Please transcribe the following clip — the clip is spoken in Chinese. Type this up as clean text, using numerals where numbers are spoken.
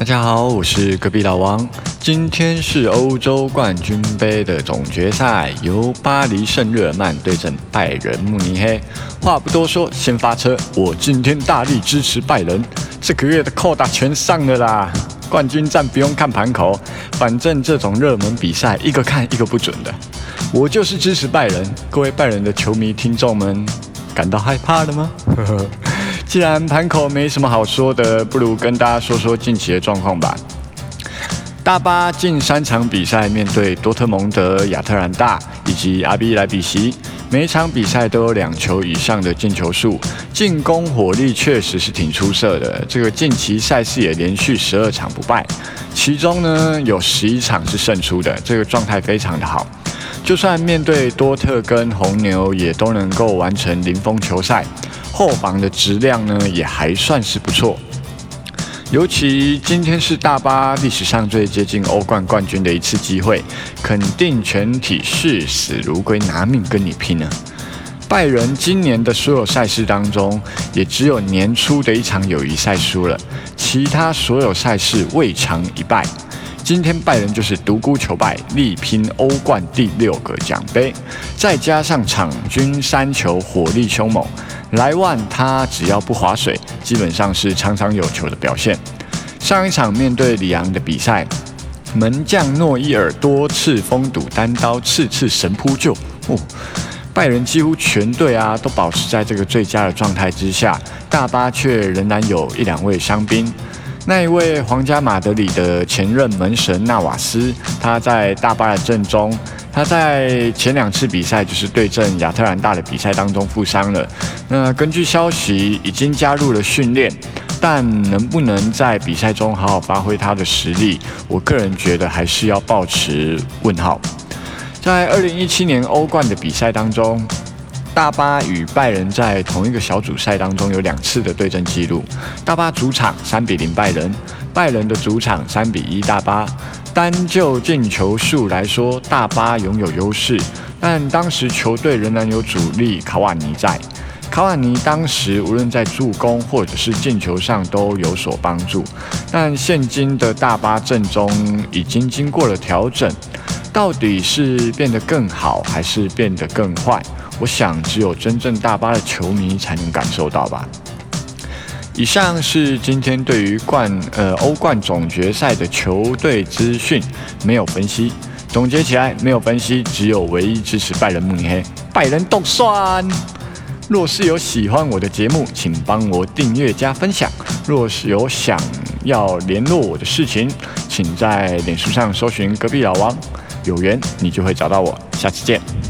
大家好，我是隔壁老王。今天是欧洲冠军杯的总决赛，由巴黎圣日耳曼对阵拜仁慕尼黑。话不多说，先发车。我今天大力支持拜仁，这个月的扣打全上了啦。冠军战不用看盘口，反正这种热门比赛一个看一个不准的。我就是支持拜仁。各位拜仁的球迷听众们，感到害怕了吗？既然盘口没什么好说的，不如跟大家说说近期的状况吧。大巴近3场比赛面对多特蒙德、亚特兰大以及阿比莱比锡，每场比赛都有2球以上的进球数，进攻火力确实是挺出色的。这个近期赛事也连续12场不败，其中呢有11场是胜出的，这个状态非常的好。就算面对多特跟红牛，也都能够完成零封球赛。后防的质量呢也还算是不错，尤其今天是大巴历史上最接近欧冠冠军的一次机会，肯定全体视死如归，拿命跟你拼了。拜仁今年的所有赛事当中，也只有年初的一场友谊赛输了，其他所有赛事未尝一败。今天拜仁就是独孤求败，力拼欧冠第6个奖杯，再加上场均3球，火力凶猛。莱万他只要不划水，基本上是场场有球的表现。上一场面对里昂的比赛，门将诺伊尔多次封堵单刀，次次神扑救。拜仁几乎全队都保持在这个最佳的状态之下，大巴却仍然有1-2位伤兵。那一位皇家马德里的前任门神纳瓦斯，他在大巴的阵中，他在前2次比赛就是对阵亚特兰大的比赛当中负伤了。那根据消息，已经加入了训练，但能不能在比赛中好好发挥他的实力，我个人觉得还是要抱持问号。在2017年欧冠的比赛当中，大巴与拜仁在同一个小组赛当中有2次的对阵记录，大巴主场3-0拜仁，拜仁的主场3-1大巴。单就进球数来说，大巴拥有优势，但当时球队仍然有主力卡瓦尼在。卡瓦尼当时无论在助攻或者是进球上都有所帮助，但现今的大巴阵中已经经过了调整，到底是变得更好还是变得更坏？我想只有真正大巴的球迷才能感受到吧。以上是今天对于欧冠总决赛的球队资讯，没有分析。总结起来，没有分析，只有唯一支持拜仁慕尼黑，拜仁冻酸。若是有喜欢我的节目，请帮我订阅加分享。若是有想要联络我的事情，请在脸书上搜寻隔壁老王，有缘你就会找到我。下次见。